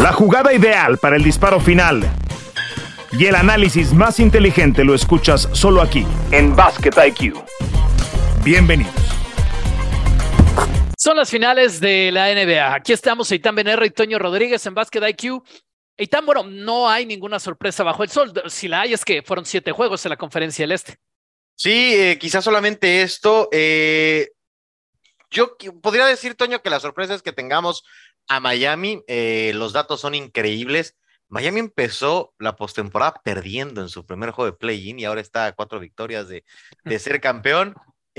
La jugada ideal para el disparo final y el análisis más inteligente lo escuchas solo aquí, en Basket IQ. Bienvenidos. Son las finales de la NBA. Aquí estamos, Eitan Benerra y Toño Rodríguez en Basket IQ. Eitan, bueno, no hay ninguna sorpresa bajo el sol. Si la hay, es que fueron 7 juegos en la Conferencia del Este. Sí, quizás solamente esto. Yo podría decir, Toño, que la sorpresa es que tengamos a Miami. Los datos son increíbles. Miami empezó la postemporada perdiendo en su primer juego de play-in y ahora está a 4 victorias de ser campeón.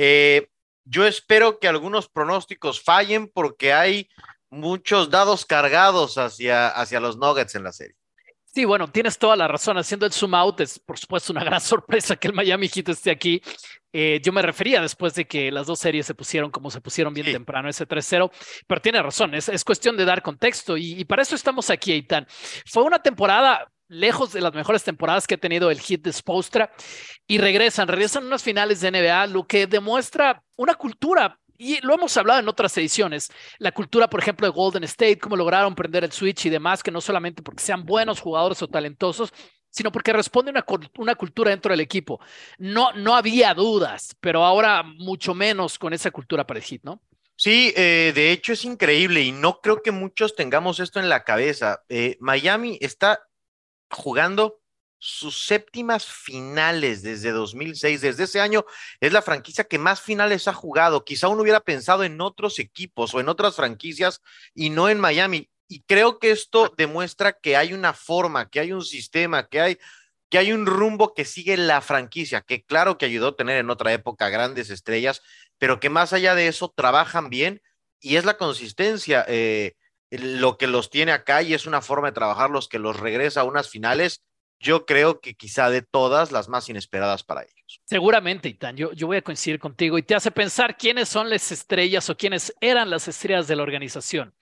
Yo espero que algunos pronósticos fallen porque hay muchos dados cargados hacia los Nuggets en la serie. Sí, bueno, tienes toda la razón. Haciendo el zoom out, es por supuesto una gran sorpresa que el Miami Heat esté aquí. Yo me refería después de que las dos series se pusieron como se pusieron bien temprano, ese 3-0, pero tiene razón, es cuestión de dar contexto y para eso estamos aquí, Eitan. Fue una temporada lejos de las mejores temporadas que ha tenido el Heat de Spoelstra y regresan unas finales de NBA, lo que demuestra una cultura. Y lo hemos hablado en otras ediciones, la cultura, por ejemplo, de Golden State, cómo lograron prender el switch y demás, que no solamente porque sean buenos jugadores o talentosos, sino porque responde una cultura dentro del equipo. No había dudas, pero ahora mucho menos con esa cultura para el Heat, ¿no? Sí, de hecho es increíble y no creo que muchos tengamos esto en la cabeza. Miami está jugando sus séptimas finales desde 2006. Desde ese año es la franquicia que más finales ha jugado. Quizá uno hubiera pensado en otros equipos o en otras franquicias y no en Miami. Y creo que esto demuestra que hay una forma, que hay un sistema, que hay un rumbo que sigue la franquicia, que claro que ayudó a tener en otra época grandes estrellas, pero que más allá de eso trabajan bien y es la consistencia lo que los tiene acá y es una forma de trabajarlos que los regresa a unas finales. Yo creo que quizá de todas las más inesperadas para ellos. Seguramente, Eitan, yo voy a coincidir contigo y te hace pensar quiénes son las estrellas o quiénes eran las estrellas de la organización.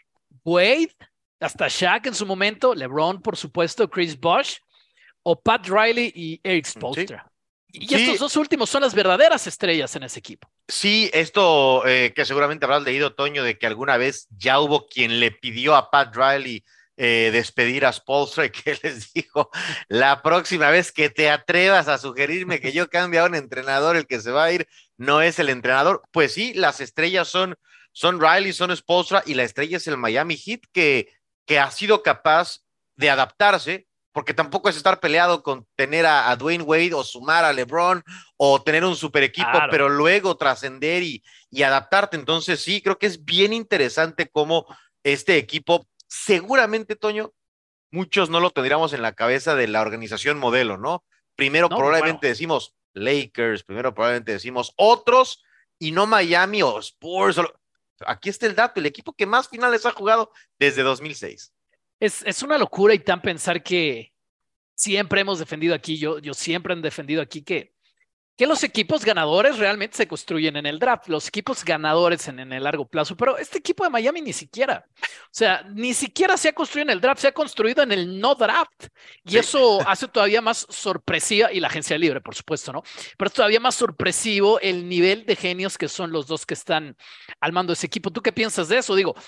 Wade, hasta Shaq en su momento, LeBron, por supuesto, Chris Bosh, o Pat Riley y Eric Spoelstra. Sí. Y estos dos últimos son las verdaderas estrellas en ese equipo. Sí, esto que seguramente habrás leído, Toño, de que alguna vez ya hubo quien le pidió a Pat Riley despedir a Spoelstra y que les dijo, la próxima vez que te atrevas a sugerirme que yo cambie a un entrenador, el que se va a ir no es el entrenador. Pues sí, las estrellas son Riley, son Spoelstra y la estrella es el Miami Heat que ha sido capaz de adaptarse, porque tampoco es estar peleado con tener a Dwayne Wade o sumar a LeBron o tener un super equipo, claro, pero luego trascender y adaptarte. Entonces sí, creo que es bien interesante cómo este equipo, seguramente, Toño, muchos no lo tendríamos en la cabeza de la organización modelo, ¿no? Primero probablemente decimos Lakers, primero probablemente decimos otros y no Miami o Spurs. Aquí está el dato, el equipo que más finales ha jugado desde 2006. Es una locura y tan pensar que siempre hemos defendido aquí, yo siempre he defendido aquí que los equipos ganadores realmente se construyen en el draft, los equipos ganadores en el largo plazo, pero este equipo de Miami ni siquiera se ha construido en el draft, se ha construido en el no draft y eso hace todavía más sorpresiva, y la agencia libre, por supuesto, ¿no? Pero es todavía más sorpresivo el nivel de genios que son los dos que están al mando de ese equipo. ¿Tú qué piensas de eso? Digo,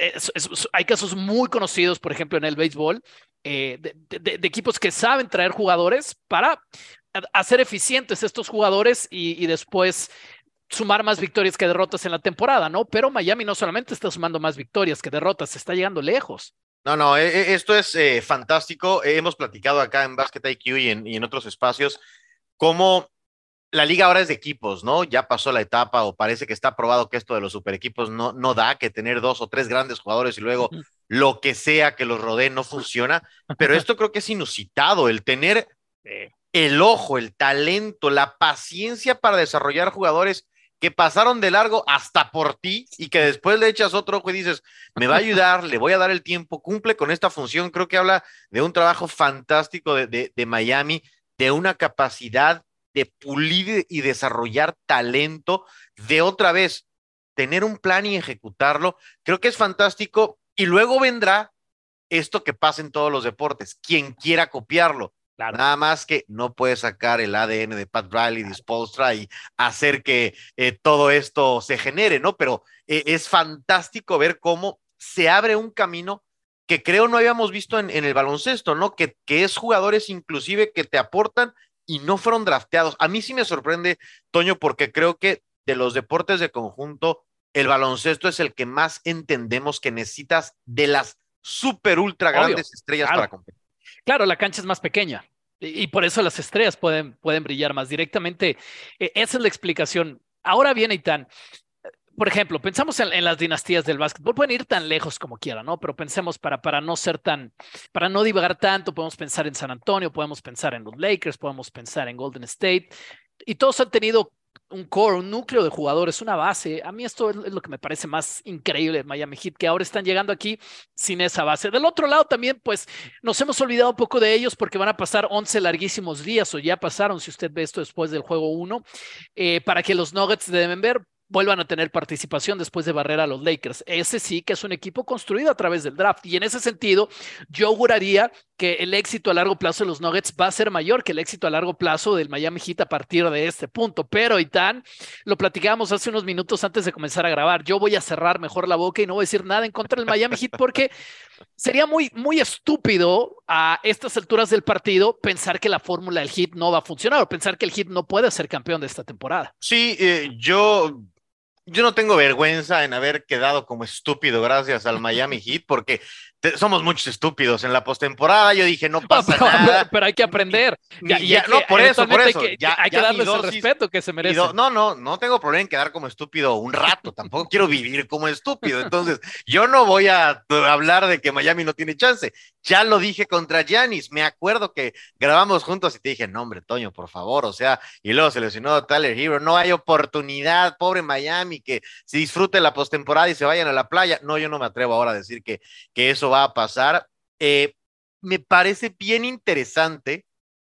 hay casos muy conocidos, por ejemplo, en el béisbol, de equipos que saben traer jugadores para hacer eficientes estos jugadores y después sumar más victorias que derrotas en la temporada, ¿no? Pero Miami no solamente está sumando más victorias que derrotas, está llegando lejos. No, esto es fantástico. Hemos platicado acá en Basket IQ y en otros espacios cómo la liga ahora es de equipos, ¿no? Ya pasó la etapa o parece que está probado que esto de los super equipos no da, que tener 2 o 3 grandes jugadores y luego lo que sea que los rodee no funciona, pero esto creo que es inusitado, el tener el ojo, el talento, la paciencia para desarrollar jugadores que pasaron de largo hasta por ti y que después le echas otro ojo y dices, me va a ayudar, le voy a dar el tiempo, cumple con esta función. Creo que habla de un trabajo fantástico de Miami, de una capacidad de pulir y desarrollar talento, de otra vez tener un plan y ejecutarlo. Creo que es fantástico y luego vendrá esto que pasa en todos los deportes, quien quiera copiarlo. Claro. Nada más que no puede sacar el ADN de Pat Riley, de Spoelstra y hacer que todo esto se genere, ¿no? Pero es fantástico ver cómo se abre un camino que creo no habíamos visto en el baloncesto, ¿no? Que es jugadores inclusive que te aportan y no fueron drafteados. A mí sí me sorprende, Toño, porque creo que de los deportes de conjunto, el baloncesto es el que más entendemos que necesitas de las super ultra Obvio, grandes estrellas para claro. competir. Claro, la cancha es más pequeña y por eso las estrellas pueden brillar más directamente. Esa es la explicación. Ahora viene Itán. Por ejemplo, pensamos en las dinastías del básquetbol, pueden ir tan lejos como quieran, ¿no? Pero pensemos para no ser para no divagar tanto, podemos pensar en San Antonio, podemos pensar en los Lakers, podemos pensar en Golden State, y todos han tenido un core, un núcleo de jugadores, una base. A mí esto es lo que me parece más increíble de Miami Heat, que ahora están llegando aquí sin esa base. Del otro lado también, pues nos hemos olvidado un poco de ellos porque van a pasar 11 larguísimos días, o ya pasaron, si usted ve esto después del juego 1, para que los Nuggets de Denver vuelvan a tener participación después de barrer a los Lakers. Ese sí que es un equipo construido a través del draft. Y en ese sentido, yo auguraría que el éxito a largo plazo de los Nuggets va a ser mayor que el éxito a largo plazo del Miami Heat a partir de este punto. Pero, Itán, lo platicábamos hace unos minutos antes de comenzar a grabar. Yo voy a cerrar mejor la boca y no voy a decir nada en contra del Miami Heat porque sería muy estúpido a estas alturas del partido pensar que la fórmula del Heat no va a funcionar o pensar que el Heat no puede ser campeón de esta temporada. Sí, yo no tengo vergüenza en haber quedado como estúpido gracias al Miami Heat, porque somos muchos estúpidos. En la postemporada yo dije, no pasa nada. Pero hay que aprender. No, por eso. Hay que darles el respeto que se merecen. No tengo problema en quedar como estúpido un rato. Tampoco quiero vivir como estúpido. Entonces, yo no voy a hablar de que Miami no tiene chance. Ya lo dije contra Giannis. Me acuerdo que grabamos juntos y te dije, no, hombre, Toño, por favor. O sea, y luego se lesionó Tyler Hero. No hay oportunidad, pobre Miami, que se disfrute la postemporada y se vayan a la playa. No, yo no me atrevo ahora a decir que eso va a pasar. Me parece bien interesante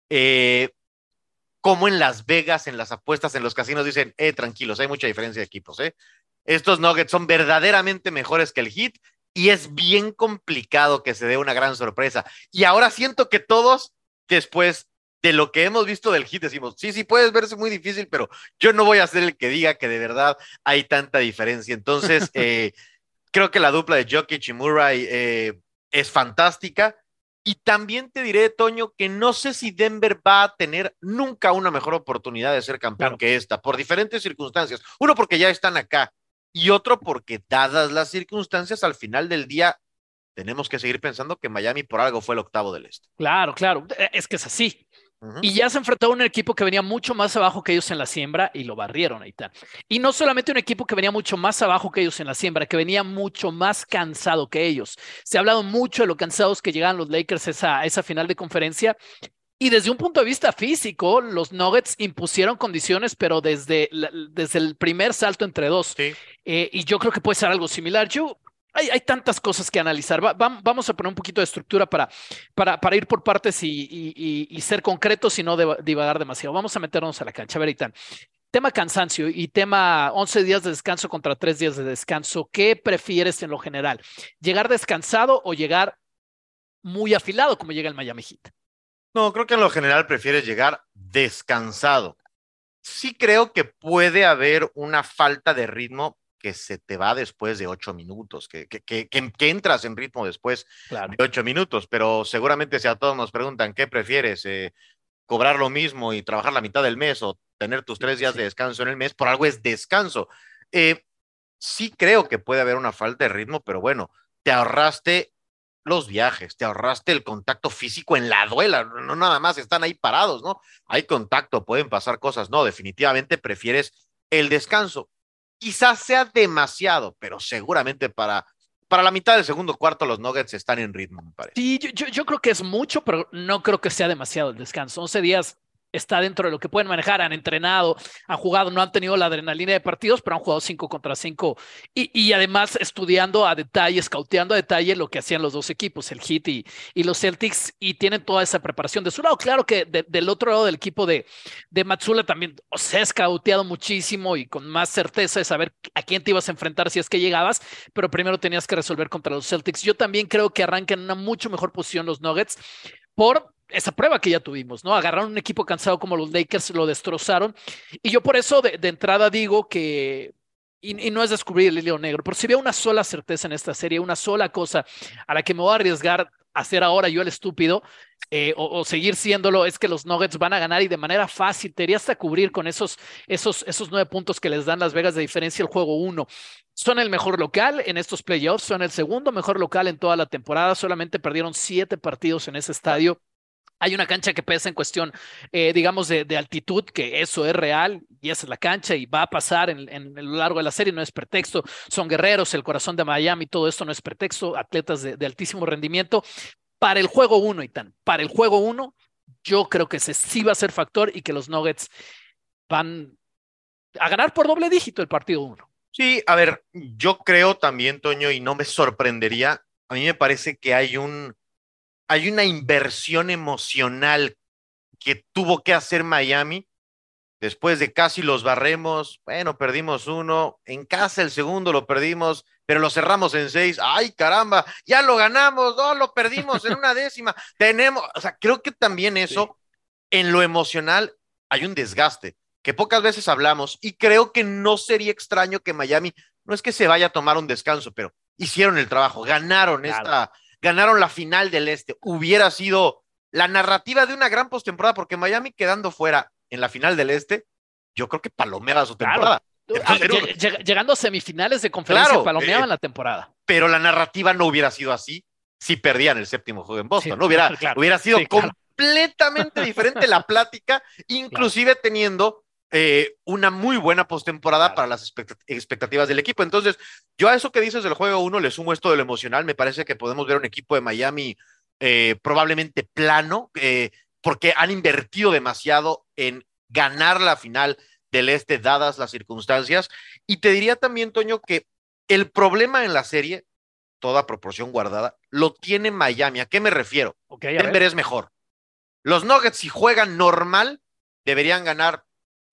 cómo en Las Vegas, en las apuestas, en los casinos dicen, tranquilos, hay mucha diferencia de equipos, Estos Nuggets son verdaderamente mejores que el Heat y es bien complicado que se dé una gran sorpresa. Y ahora siento que todos, después de lo que hemos visto del Heat, decimos, sí, puedes verse muy difícil, pero yo no voy a ser el que diga que de verdad hay tanta diferencia. Entonces, creo que la dupla de Jokic y Murray es fantástica. Y también te diré, Toño, que no sé si Denver va a tener nunca una mejor oportunidad de ser campeón que esta, por diferentes circunstancias. Uno, porque ya están acá, y otro, porque dadas las circunstancias, al final del día, tenemos que seguir pensando que Miami por algo fue el octavo del este. Claro, es que es así. Y ya se enfrentó a un equipo que venía mucho más abajo que ellos en la siembra y lo barrieron, ahí está. Y no solamente un equipo que venía mucho más abajo que ellos en la siembra, que venía mucho más cansado que ellos. Se ha hablado mucho de lo cansados que llegaban los Lakers a esa final de conferencia. Y desde un punto de vista físico, los Nuggets impusieron condiciones, pero desde el primer salto entre dos. Sí. Y yo creo que puede ser algo similar. Hay tantas cosas que analizar. Vamos a poner un poquito de estructura para ir por partes y ser concretos y no divagar demasiado. Vamos a meternos a la cancha. A ver, Itán. Tema cansancio y tema 11 días de descanso contra 3 días de descanso. ¿Qué prefieres en lo general? ¿Llegar descansado o llegar muy afilado como llega el Miami Heat? No, creo que en lo general prefieres llegar descansado. Sí creo que puede haber una falta de ritmo que se te va después de 8 minutos, que entras en ritmo después de 8 minutos, pero seguramente si a todos nos preguntan qué prefieres, cobrar lo mismo y trabajar la mitad del mes o tener tus 3 días de descanso en el mes, por algo es descanso. Sí creo que puede haber una falta de ritmo, pero bueno, te ahorraste los viajes, te ahorraste el contacto físico en la duela, no nada más están ahí parados, ¿no? Hay contacto, pueden pasar cosas, no, definitivamente prefieres el descanso. Quizás sea demasiado, pero seguramente para la mitad del segundo cuarto los Nuggets están en ritmo, me parece. Sí, yo creo que es mucho, pero no creo que sea demasiado el descanso. 11 días está dentro de lo que pueden manejar, han entrenado, han jugado, no han tenido la adrenalina de partidos, pero han jugado 5 contra 5 y además estudiando a detalle, scouteando a detalle lo que hacían los dos equipos, el Heat y los Celtics, y tienen toda esa preparación de su lado. Claro que del otro lado del equipo de Mazzulla también se ha scouteado muchísimo y con más certeza de saber a quién te ibas a enfrentar si es que llegabas, pero primero tenías que resolver contra los Celtics. Yo también creo que arrancan en una mucho mejor posición los Nuggets por esa prueba que ya tuvimos, ¿no? Agarraron un equipo cansado como los Lakers, lo destrozaron. Y yo por eso de entrada digo que y no es descubrir el hilo negro, pero si veo una sola certeza en esta serie, una sola cosa a la que me voy a arriesgar a hacer ahora yo el estúpido, o seguir siéndolo, es que los Nuggets van a ganar y de manera fácil. Te iría hasta cubrir con esos 9 puntos que les dan Las Vegas de diferencia el juego 1. Son el mejor local en estos playoffs, son el segundo mejor local en toda la temporada, solamente perdieron 7 partidos en ese estadio. Hay una cancha que pesa en cuestión, digamos, de altitud, que eso es real y esa es la cancha y va a pasar en lo largo de la serie, no es pretexto. Son guerreros, el corazón de Miami, todo esto no es pretexto, atletas de altísimo rendimiento. Para el juego 1, Itan, para el juego 1, yo creo que ese sí va a ser factor y que los Nuggets van a ganar por doble dígito el partido 1. Sí, a ver, yo creo también, Toño, y no me sorprendería, a mí me parece que hay una inversión emocional que tuvo que hacer Miami después de casi los barremos. Bueno, perdimos uno, en casa el segundo lo perdimos, pero lo cerramos en 6. ¡Ay, caramba! Ya lo ganamos, no, lo perdimos en una décima. O sea, creo que también eso, en lo emocional, hay un desgaste que pocas veces hablamos y creo que no sería extraño que Miami, no es que se vaya a tomar un descanso, pero hicieron el trabajo, ganaron la final del Este. Hubiera sido la narrativa de una gran postemporada, porque Miami quedando fuera en la final del Este, yo creo que palomeaba su temporada. Llegando a semifinales de conferencia, palomeaban la temporada. Pero la narrativa no hubiera sido así si perdían el séptimo juego en Boston. ¿No? Hubiera sido completamente diferente la plática, inclusive teniendo una muy buena postemporada para las expectativas del equipo. Entonces, yo a eso que dices del juego 1 le sumo esto de lo emocional. Me parece que podemos ver un equipo de Miami probablemente plano, porque han invertido demasiado en ganar la final del Este, dadas las circunstancias. Y te diría también, Toño, que el problema en la serie, toda proporción guardada, lo tiene Miami. ¿A qué me refiero? Denver es mejor. Los Nuggets, si juegan normal, deberían ganar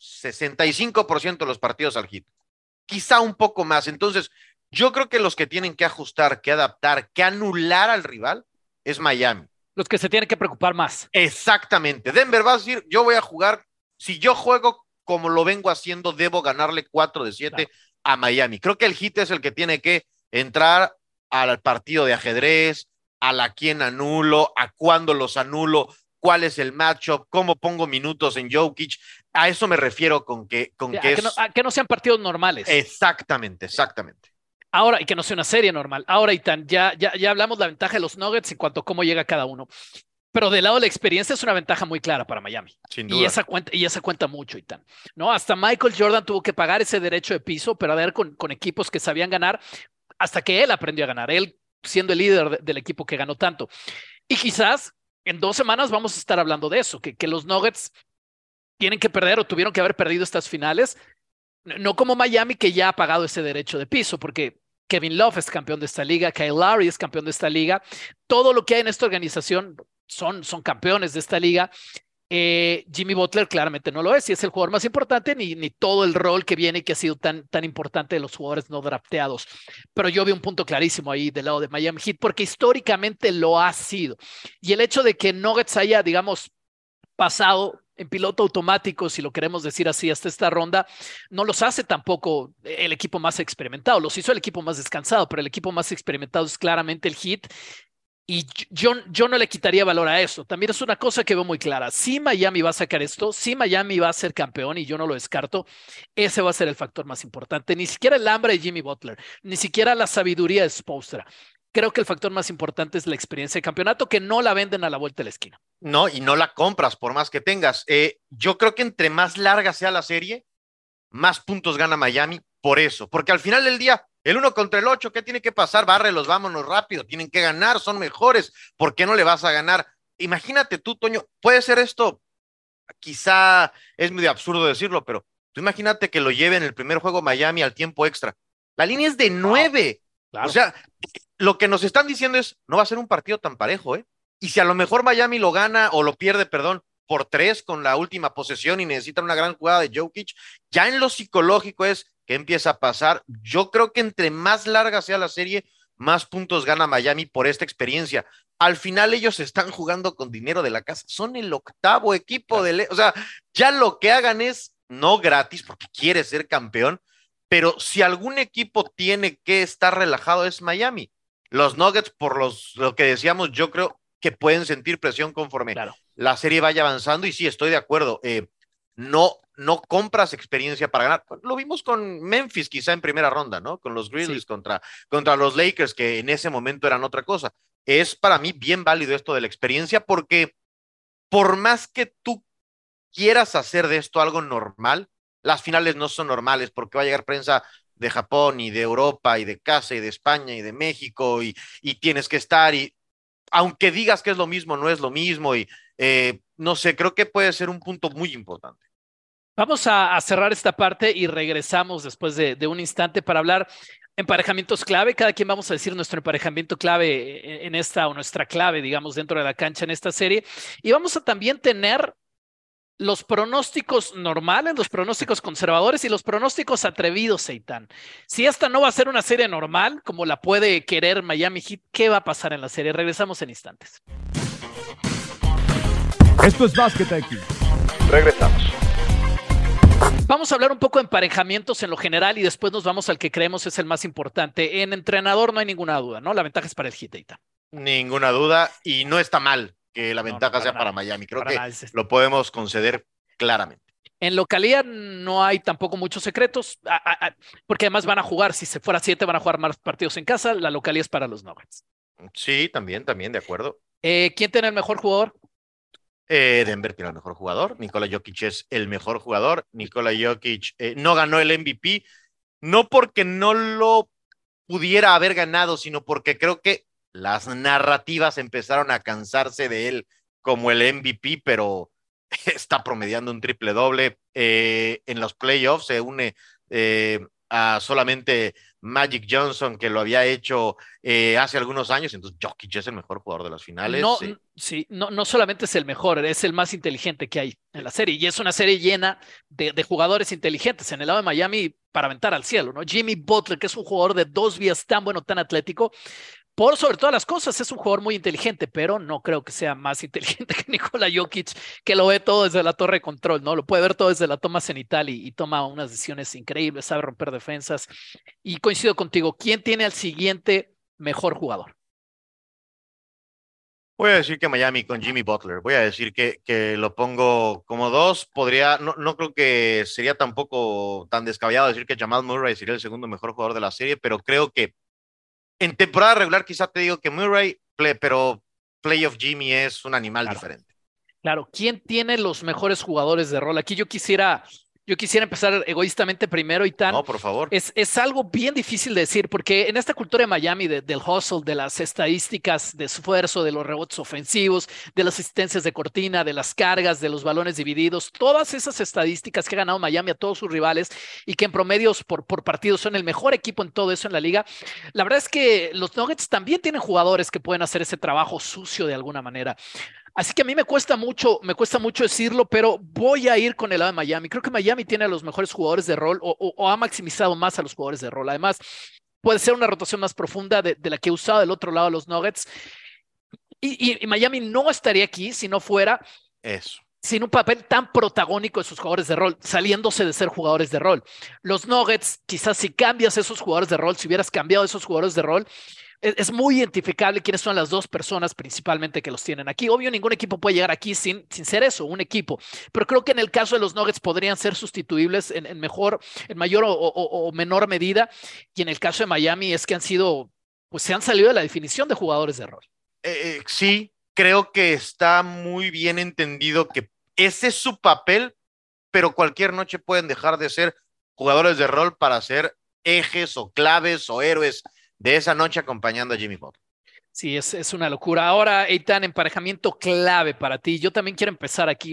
65% de los partidos al Heat. Quizá un poco más. Entonces, yo creo que los que tienen que ajustar, que adaptar, que anular al rival es Miami. Los que se tienen que preocupar más. Exactamente. Denver va a decir, yo voy a jugar, si yo juego como lo vengo haciendo, debo ganarle 4 de 7 a Miami. Creo que el Heat es el que tiene que entrar al partido de ajedrez, a la quién anulo, a cuándo los anulo, cuál es el matchup, cómo pongo minutos en Jokic. A eso me refiero con que a que no sean partidos normales. Exactamente. Ahora, y que no sea una serie normal. Ahora, Itan, ya hablamos de la ventaja de los Nuggets en cuanto a cómo llega cada uno. Pero del lado de la experiencia es una ventaja muy clara para Miami. Sin duda. Y esa cuenta mucho, Itan. ¿No? Hasta Michael Jordan tuvo que pagar ese derecho de piso, pero a ver con equipos que sabían ganar, hasta que él aprendió a ganar, él siendo el líder del equipo que ganó tanto. Y quizás en 2 semanas vamos a estar hablando de eso, que los Nuggets tienen que perder o tuvieron que haber perdido estas finales, no como Miami, que ya ha pagado ese derecho de piso, porque Kevin Love es campeón de esta liga, Kyle Lowry es campeón de esta liga, todo lo que hay en esta organización son campeones de esta liga. Jimmy Butler claramente no lo es y es el jugador más importante, ni todo el rol que viene y que ha sido tan importante de los jugadores no drafteados. Pero yo vi un punto clarísimo ahí del lado de Miami Heat, porque históricamente lo ha sido. Y el hecho de que Nuggets haya, digamos, pasado en piloto automático, si lo queremos decir así, hasta esta ronda, no los hace tampoco el equipo más experimentado, los hizo el equipo más descansado, pero el equipo más experimentado es claramente el Heat. Y yo no le quitaría valor a eso. También es una cosa que veo muy clara. Si Miami va a sacar esto, si Miami va a ser campeón, y yo no lo descarto, ese va a ser el factor más importante. Ni siquiera el hambre de Jimmy Butler, ni siquiera la sabiduría de Spoelstra. Creo que el factor más importante es la experiencia de campeonato, que no la venden a la vuelta de la esquina. No, y no la compras por más que tengas. Yo creo que entre más larga sea la serie, más puntos gana Miami por eso. Porque al final del día, el 1 contra el 8, ¿qué tiene que pasar? Bárrelos, vámonos rápido, tienen que ganar, son mejores. ¿Por qué no le vas a ganar? Imagínate tú, Toño, puede ser esto, quizá es medio absurdo decirlo, pero tú imagínate que lo lleve en el primer juego Miami al tiempo extra. La línea es de 9. Claro. O sea, lo que nos están diciendo es, no va a ser un partido tan parejo, ¿eh? Y si a lo mejor Miami lo gana o lo pierde, perdón, por 3 con la última posesión y necesita una gran jugada de Jokic, ya en lo psicológico es que empieza a pasar. Yo creo que entre más larga sea la serie, más puntos gana Miami por esta experiencia. Al final ellos están jugando con dinero de la casa, son el 8º equipo o sea, ya lo que hagan es no gratis porque quiere ser campeón, pero si algún equipo tiene que estar relajado es Miami. Los Nuggets, por lo que decíamos, yo creo que pueden sentir presión conforme la serie vaya avanzando, y sí, estoy de acuerdo. No compras experiencia para ganar. Lo vimos con Memphis quizá en primera ronda, ¿no? Con los Grizzlies contra los Lakers, que en ese momento eran otra cosa. Es para mí bien válido esto de la experiencia, porque por más que tú quieras hacer de esto algo normal, las finales no son normales, porque va a llegar prensa de Japón y de Europa y de casa y de España y de México, y tienes que estar, y aunque digas que es lo mismo, no es lo mismo, y no sé, creo que puede ser un punto muy importante. Vamos a cerrar esta parte y regresamos después de un instante para hablar emparejamientos clave. Cada quien vamos a decir nuestro emparejamiento clave en esta, o nuestra clave, digamos, dentro de la cancha en esta serie. Y vamos a también tener los pronósticos normales, los pronósticos conservadores y los pronósticos atrevidos, Eitan. Si esta no va a ser una serie normal, como la puede querer Miami Heat, ¿qué va a pasar en la serie? Regresamos en instantes. Esto es Basket IQ. Regresamos. Vamos a hablar un poco de emparejamientos en lo general y después nos vamos al que creemos es el más importante. En entrenador no hay ninguna duda, ¿no? La ventaja es para el Heat, Eitan. Ninguna duda, y no está mal que la ventaja sea para Miami. Creo que lo podemos conceder claramente. En localía no hay tampoco muchos secretos, porque además van a jugar, si se fuera 7, van a jugar más partidos en casa. La localía es para los Nuggets. Sí, también, de acuerdo. ¿Quién tiene el mejor jugador? Denver tiene el mejor jugador. Nikola Jokic es el mejor jugador. Nikola Jokic no ganó el MVP, no porque no lo pudiera haber ganado, sino porque creo que las narrativas empezaron a cansarse de él como el MVP, pero está promediando un triple doble. En los playoffs se une a solamente Magic Johnson, que lo había hecho hace algunos años. Entonces Jokic es el mejor jugador de las finales. No solamente es el mejor, es el más inteligente que hay en la serie, y es una serie llena de jugadores inteligentes. En el lado de Miami, para aventar al cielo, ¿no? Jimmy Butler, que es un jugador de 2 vías, tan bueno, tan atlético. Por sobre todas las cosas, es un jugador muy inteligente, pero no creo que sea más inteligente que Nikola Jokic, que lo ve todo desde la torre de control, ¿no? Lo puede ver todo desde la toma cenital y toma unas decisiones increíbles, sabe romper defensas. Y coincido contigo, ¿quién tiene al siguiente mejor jugador? Voy a decir que Miami con Jimmy Butler. Voy a decir que lo pongo como 2. No creo que sería tampoco tan descabellado decir que Jamal Murray sería el segundo mejor jugador de la serie, pero creo que en temporada regular quizá te digo que Murray, pero playoff Jimmy es un animal diferente. Claro, ¿quién tiene los mejores jugadores de rol? Aquí yo quisiera empezar egoístamente primero, Eitan. No, por favor. Es algo bien difícil de decir, porque en esta cultura de Miami, del hustle, de las estadísticas de esfuerzo, de los rebotes ofensivos, de las asistencias de cortina, de las cargas, de los balones divididos, todas esas estadísticas que ha ganado Miami a todos sus rivales y que en promedios por partido son el mejor equipo en todo eso en la liga. La verdad es que los Nuggets también tienen jugadores que pueden hacer ese trabajo sucio de alguna manera. Así que a mí me cuesta mucho decirlo, pero voy a ir con el lado de Miami. Creo que Miami tiene a los mejores jugadores de rol o ha maximizado más a los jugadores de rol. Además, puede ser una rotación más profunda de la que he usado del otro lado de los Nuggets. Y Miami no estaría aquí si no fuera eso, sin un papel tan protagónico de sus jugadores de rol, saliéndose de ser jugadores de rol. Los Nuggets, quizás si cambias esos jugadores de rol, si hubieras cambiado esos jugadores de rol, es muy identificable quiénes son las dos personas principalmente que los tienen aquí. Obvio, ningún equipo puede llegar aquí sin ser eso, un equipo. Pero creo que en el caso de los Nuggets podrían ser sustituibles en mayor o menor medida. Y en el caso de Miami es que se han salido de la definición de jugadores de rol. Sí, creo que está muy bien entendido que ese es su papel, pero cualquier noche pueden dejar de ser jugadores de rol para ser ejes o claves o héroes de esa noche acompañando a Jimmy Butler. Sí, es una locura. Ahora, Eitan, emparejamiento clave para ti. Yo también quiero empezar aquí.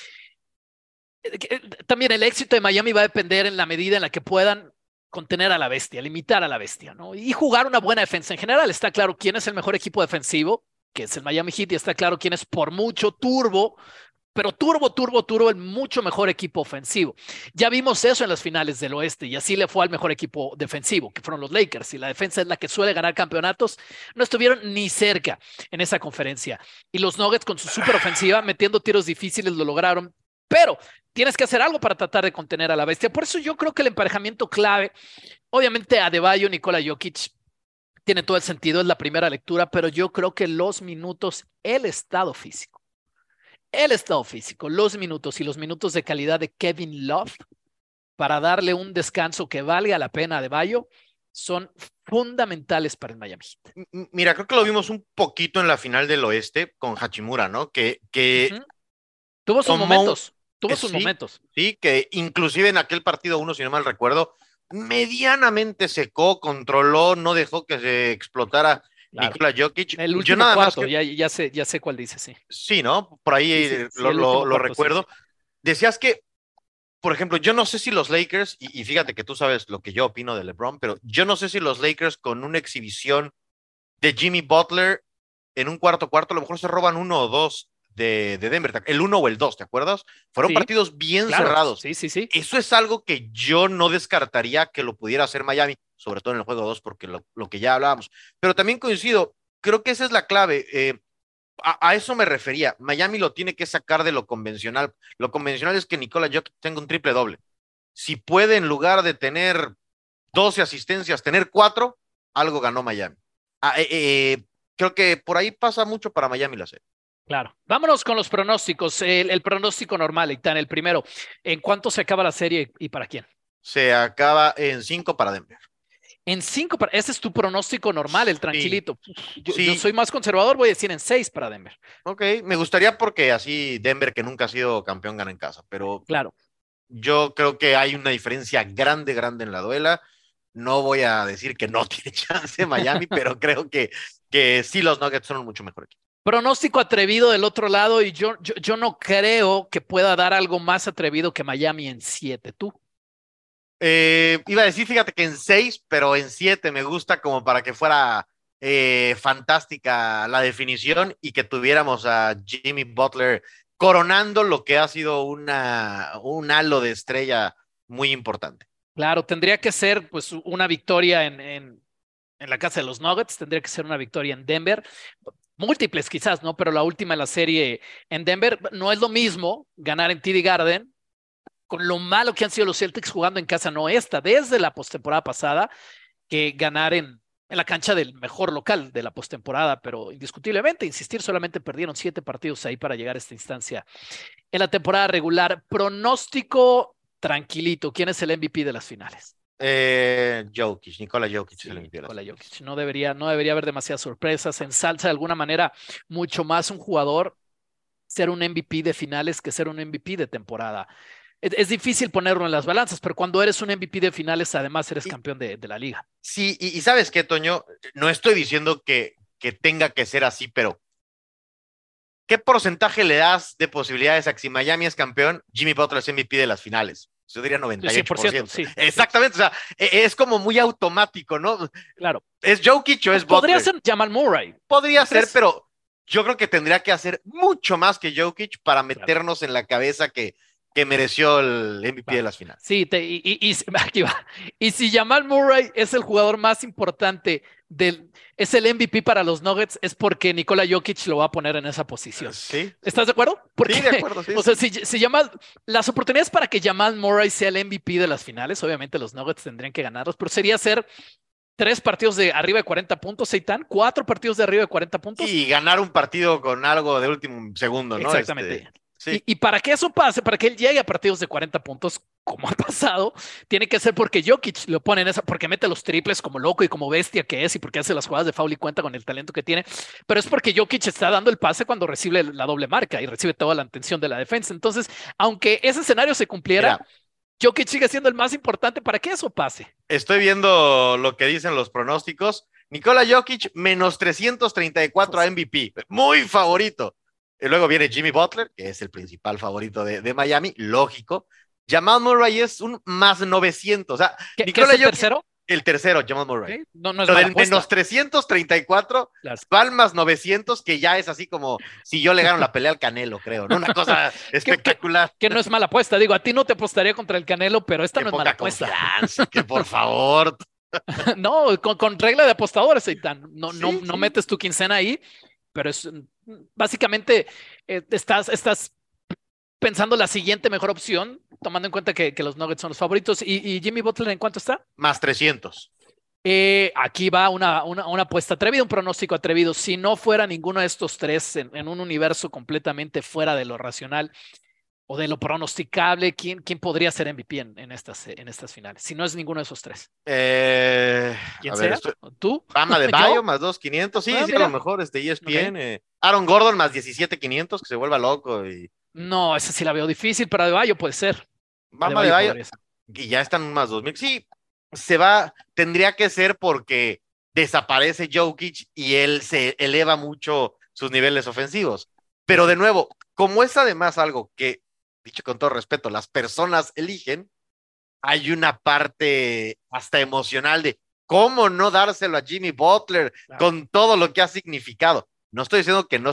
También el éxito de Miami va a depender en la medida en la que puedan contener a la bestia, limitar a la bestia, ¿no? Y jugar una buena defensa. En general está claro quién es el mejor equipo defensivo, que es el Miami Heat, y está claro quién es por mucho turbo, el mucho mejor equipo ofensivo. Ya vimos eso en las finales del oeste y así le fue al mejor equipo defensivo, que fueron los Lakers, y la defensa es la que suele ganar campeonatos. No estuvieron ni cerca en esa conferencia. Y los Nuggets con su super ofensiva, metiendo tiros difíciles, lo lograron. pero tienes que hacer algo para tratar de contener a la bestia. Por eso yo creo que el emparejamiento clave, obviamente Adebayo, Nikola Jokic, tiene todo el sentido, es la primera lectura, pero yo creo que los minutos, el estado físico, los minutos y los minutos de calidad de Kevin Love para darle un descanso que valga la pena a Adebayo son fundamentales para el Miami Heat. Mira, creo que lo vimos un poquito en la final del oeste con Hachimura, ¿no? Que tuvo sus momentos. Sí, que inclusive en aquel partido 1, si no mal recuerdo, medianamente secó, controló, no dejó que se explotara Nikola Jokic. El último cuarto, ya sé cuál dice, sí. Sí, ¿no? Por ahí sí, lo recuerdo. Sí. Decías que, por ejemplo, yo no sé si los Lakers, y fíjate que tú sabes lo que yo opino de LeBron, pero yo no sé si los Lakers con una exhibición de Jimmy Butler en un cuarto, a lo mejor se roban 1 o 2 de Denver, el 1 o el 2, ¿te acuerdas? Fueron partidos bien cerrados. Sí. Eso es algo que yo no descartaría que lo pudiera hacer Miami, sobre todo en el juego 2, porque lo que ya hablábamos. Pero también coincido, creo que esa es la clave. A eso me refería. Miami lo tiene que sacar de lo convencional. Lo convencional es que Nikola Jokic tenga un triple doble. Si puede, en lugar de tener 12 asistencias, tener 4, algo ganó Miami. Creo que por ahí pasa mucho para Miami la serie. Claro. Vámonos con los pronósticos. El pronóstico normal, Eitan, el primero. ¿En cuánto se acaba la serie y para quién? Se acaba en 5 para Denver. En 5, ese es tu pronóstico normal, el tranquilito. Sí. Yo soy más conservador, voy a decir en 6 para Denver. Ok, me gustaría porque así Denver, que nunca ha sido campeón, gana en casa, pero claro. Yo creo que hay una diferencia grande en la duela. No voy a decir que no tiene chance Miami, pero creo que sí los Nuggets son un mucho mejor equipo. Pronóstico atrevido del otro lado, y yo no creo que pueda dar algo más atrevido que Miami en 7. ¿Tú? Iba a decir, fíjate que en 6, pero en 7 me gusta como para que fuera fantástica la definición y que tuviéramos a Jimmy Butler coronando lo que ha sido un halo de estrella muy importante. Claro, tendría que ser pues una victoria en la casa de los Nuggets, tendría que ser una victoria en Denver, múltiples quizás, ¿no? Pero la última en la serie en Denver no es lo mismo ganar en TD Garden, con lo malo que han sido los Celtics jugando en casa, no esta, desde la postemporada pasada, que ganar en la cancha del mejor local de la postemporada, pero indiscutiblemente, insistir, solamente perdieron 7 partidos ahí para llegar a esta instancia en la temporada regular. Pronóstico tranquilito, ¿quién es el MVP de las finales? Jokic, Nikola Jokic. Sí, Nikola Jokic. No debería haber demasiadas sorpresas. Ensalza de alguna manera mucho más un jugador ser un MVP de finales que ser un MVP de temporada. Es difícil ponerlo en las balanzas, pero cuando eres un MVP de finales, además eres campeón de la liga. Sí, y ¿sabes qué, Toño? No estoy diciendo que tenga que ser así, pero ¿qué porcentaje le das de posibilidades a que si Miami es campeón, Jimmy Butler es MVP de las finales? Yo diría 98%. Sí, exactamente, o sea, es como muy automático, ¿no? Claro. ¿Es Jokic o es Butler? Podría ser Jamal Murray. Podría ser, pero yo creo que tendría que hacer mucho más que Jokic para meternos en la cabeza que mereció el MVP de las finales. Sí, aquí va. Y si Jamal Murray es el jugador más importante es el MVP para los Nuggets, es porque Nikola Jokic lo va a poner en esa posición. ¿Sí? ¿Estás de acuerdo? Porque, sí, de acuerdo. Sí, o sea, si las oportunidades para que Jamal Murray sea el MVP de las finales, obviamente los Nuggets tendrían que ganarlos, pero sería hacer 3 partidos de arriba de 40 puntos, Eitan, 4 partidos de arriba de 40 puntos. Y ganar un partido con algo de último segundo, ¿no? Exactamente. Sí. Y para que eso pase, para que él llegue a partidos de 40 puntos, como ha pasado, tiene que ser porque Jokic lo pone en esa, porque mete los triples como loco y como bestia que es y porque hace las jugadas de foul y cuenta con el talento que tiene, pero es porque Jokic está dando el pase cuando recibe la doble marca y recibe toda la atención de la defensa. Entonces, aunque ese escenario se cumpliera, Jokic sigue siendo el más importante para que eso pase. Estoy viendo lo que dicen los pronósticos. Nikola Jokic, menos 334 a MVP. Muy favorito. Y luego viene Jimmy Butler, que es el principal favorito de Miami, lógico. Jamal Murray es un más 900. O sea, ¿Qué es el tercero? El tercero, Jamal Murray. ¿Sí? No es pero del menos 334 va al más 900, que ya es así como si yo le gano la pelea al Canelo, creo, ¿no? Una cosa espectacular. Que no es mala apuesta. Digo, a ti no te apostaría contra el Canelo, pero esta no es mala apuesta. Que por favor. No, con regla de apostadores, Eitan. No metes tu quincena ahí, pero es básicamente estás pensando la siguiente mejor opción, tomando en cuenta que los Nuggets son los favoritos. ¿Y Jimmy Butler en cuánto está? Más 300. Aquí va una apuesta atrevida, un pronóstico atrevido. Si no fuera ninguno de estos tres en un universo completamente fuera de lo racional o de lo pronosticable, ¿quién podría ser MVP en estas finales? Si no es ninguno de esos tres. ¿Quién sea? ¿Tú? Bama de Bayo más 2,500. Sí, a lo mejor ESPN. Okay. Aaron Gordon más 17,500, que se vuelva loco. No, esa sí la veo difícil, pero de Bayo puede ser. Bama de Bayo. Y ya están más 2,000. Sí, tendría que ser porque desaparece Jokic y él se eleva mucho sus niveles ofensivos. Pero de nuevo, como es además algo que, dicho con todo respeto, las personas eligen, hay una parte hasta emocional de cómo no dárselo a Jimmy Butler, claro, con todo lo que ha significado. No estoy diciendo que no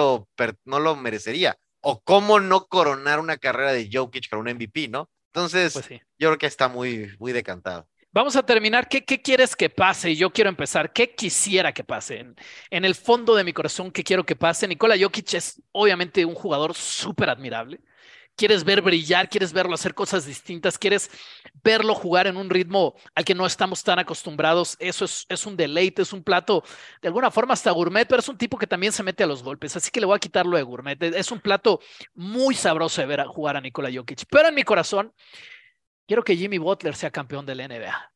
lo merecería, o cómo no coronar una carrera de Jokic con un MVP, ¿no? Entonces, pues sí, yo creo que está muy, muy decantado. Vamos a terminar. ¿Qué quieres que pase? Y yo quiero empezar. ¿Qué quisiera que pase? En el fondo de mi corazón, ¿qué quiero que pase? Nikola Jokic es obviamente un jugador súper admirable. Quieres ver brillar, quieres verlo hacer cosas distintas, quieres verlo jugar en un ritmo al que no estamos tan acostumbrados. Eso es un deleite, es un plato de alguna forma hasta gourmet, pero es un tipo que también se mete a los golpes, así que le voy a quitar lo de gourmet. Es un plato muy sabroso de ver jugar a Nikola Jokic, pero en mi corazón quiero que Jimmy Butler sea campeón de la NBA.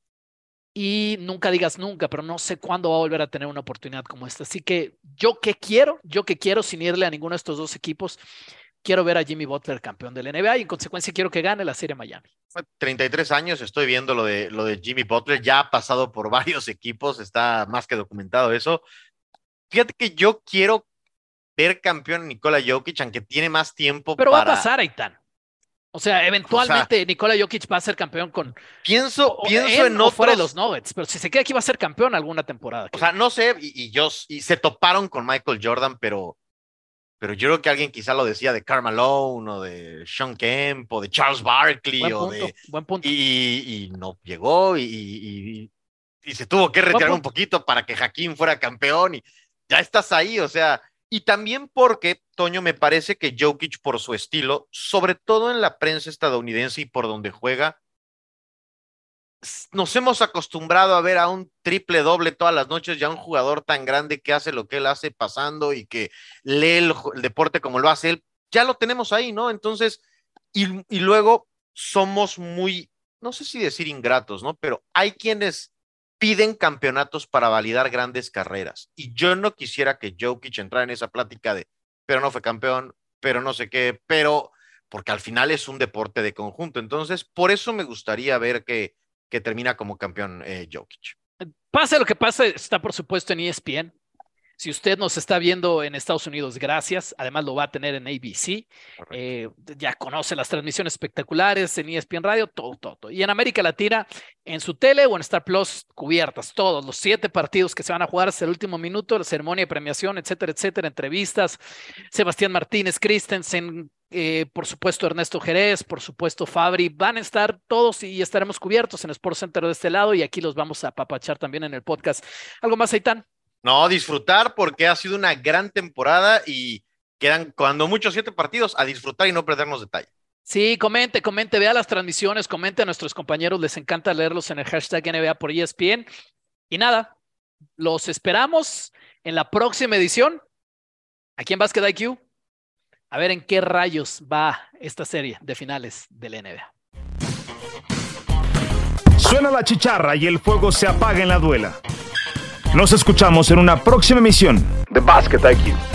Y nunca digas nunca, pero no sé cuándo va a volver a tener una oportunidad como esta. Así que yo que quiero, sin irle a ninguno de estos dos equipos, quiero ver a Jimmy Butler campeón de la NBA y en consecuencia quiero que gane la serie Miami. 33 años, estoy viendo lo de Jimmy Butler, ya ha pasado por varios equipos, está más que documentado eso. Fíjate que yo quiero ver campeón a Nikola Jokic, aunque tiene más tiempo. Pero va a pasar, Aitán. O sea, eventualmente Nikola Jokic va a ser campeón con... Pienso en otros... fuera de los Nuggets, pero si se queda aquí va a ser campeón alguna temporada. O sea, no sé, y se toparon con Michael Jordan, pero yo creo que alguien quizá lo decía de Karl Malone, o de Sean Kemp, o de Charles Barkley, buen punto. Y no llegó, y se tuvo que retirar un poquito para que Hakeem fuera campeón, y ya estás ahí, o sea... Y también porque, Toño, me parece que Jokic, por su estilo, sobre todo en la prensa estadounidense y por donde juega, nos hemos acostumbrado a ver a un triple doble todas las noches, ya un jugador tan grande que hace lo que él hace pasando y que lee el deporte como lo hace él. Ya lo tenemos ahí, ¿no? Entonces, y luego somos muy, no sé si decir ingratos, ¿no? Pero hay quienes piden campeonatos para validar grandes carreras. Y yo no quisiera que Jokic entrara en esa plática de, pero no fue campeón, pero no sé qué, pero, porque al final es un deporte de conjunto. Entonces, por eso me gustaría ver que termina como campeón Jokic. Pase lo que pase, está por supuesto en ESPN. Si usted nos está viendo en Estados Unidos, gracias. Además lo va a tener en ABC. Ya conoce las transmisiones espectaculares en ESPN Radio, todo. Y en América Latina, en su tele o en Star Plus, cubiertas, todos los 7 partidos que se van a jugar hasta el último minuto, la ceremonia de premiación, etcétera, entrevistas. Sebastián Martínez, Christensen, por supuesto Ernesto Jerez, por supuesto Fabri, van a estar todos y estaremos cubiertos en Sports Center de este lado y aquí los vamos a apapachar también en el podcast. ¿Algo más, Aitán? No, disfrutar porque ha sido una gran temporada y quedan cuando muchos 7 partidos a disfrutar y no perdernos detalle. Sí, comente, vea las transmisiones, comente a nuestros compañeros, les encanta leerlos en el hashtag NBA por ESPN. Y nada, los esperamos en la próxima edición, aquí en Basket IQ, a ver en qué rayos va esta serie de finales de la NBA. Suena la chicharra y el fuego se apaga en la duela. Nos escuchamos en una próxima emisión de Basket IQ.